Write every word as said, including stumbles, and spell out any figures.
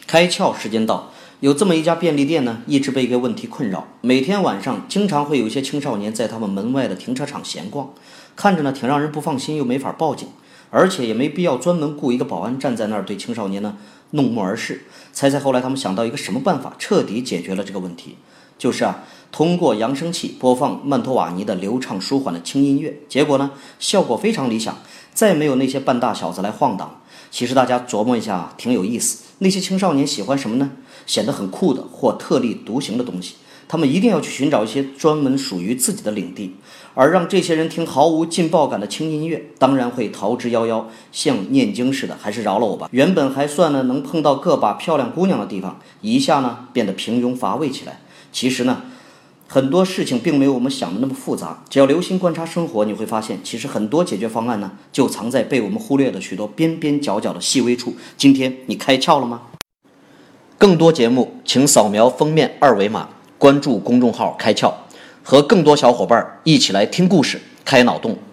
开窍时间到，有这么一家便利店呢，一直被一个问题困扰。每天晚上经常会有一些青少年在他们门外的停车场闲逛，看着呢挺让人不放心，又没法报警，而且也没必要专门雇一个保安站在那儿对青少年呢弄目而视。猜猜后来他们想到一个什么办法，彻底解决了这个问题？就是啊，通过扬声器播放曼托瓦尼的流畅舒缓的轻音乐，结果呢效果非常理想，再没有那些半大小子来晃荡。其实大家琢磨一下，挺有意思。那些青少年喜欢什么呢？显得很酷的或特立独行的东西，他们一定要去寻找一些专门属于自己的领地，而让这些人听毫无劲爆感的轻音乐，当然会逃之夭夭，像念经似的。还是饶了我吧。原本还算呢能碰到个把漂亮姑娘的地方，一下呢变得平庸乏味起来。其实呢，很多事情并没有我们想的那么复杂，只要留心观察生活，你会发现其实很多解决方案呢就藏在被我们忽略的许多边边角角的细微处。今天你开窍了吗？更多节目请扫描封面二维码，关注公众号开窍，和更多小伙伴一起来听故事开脑洞。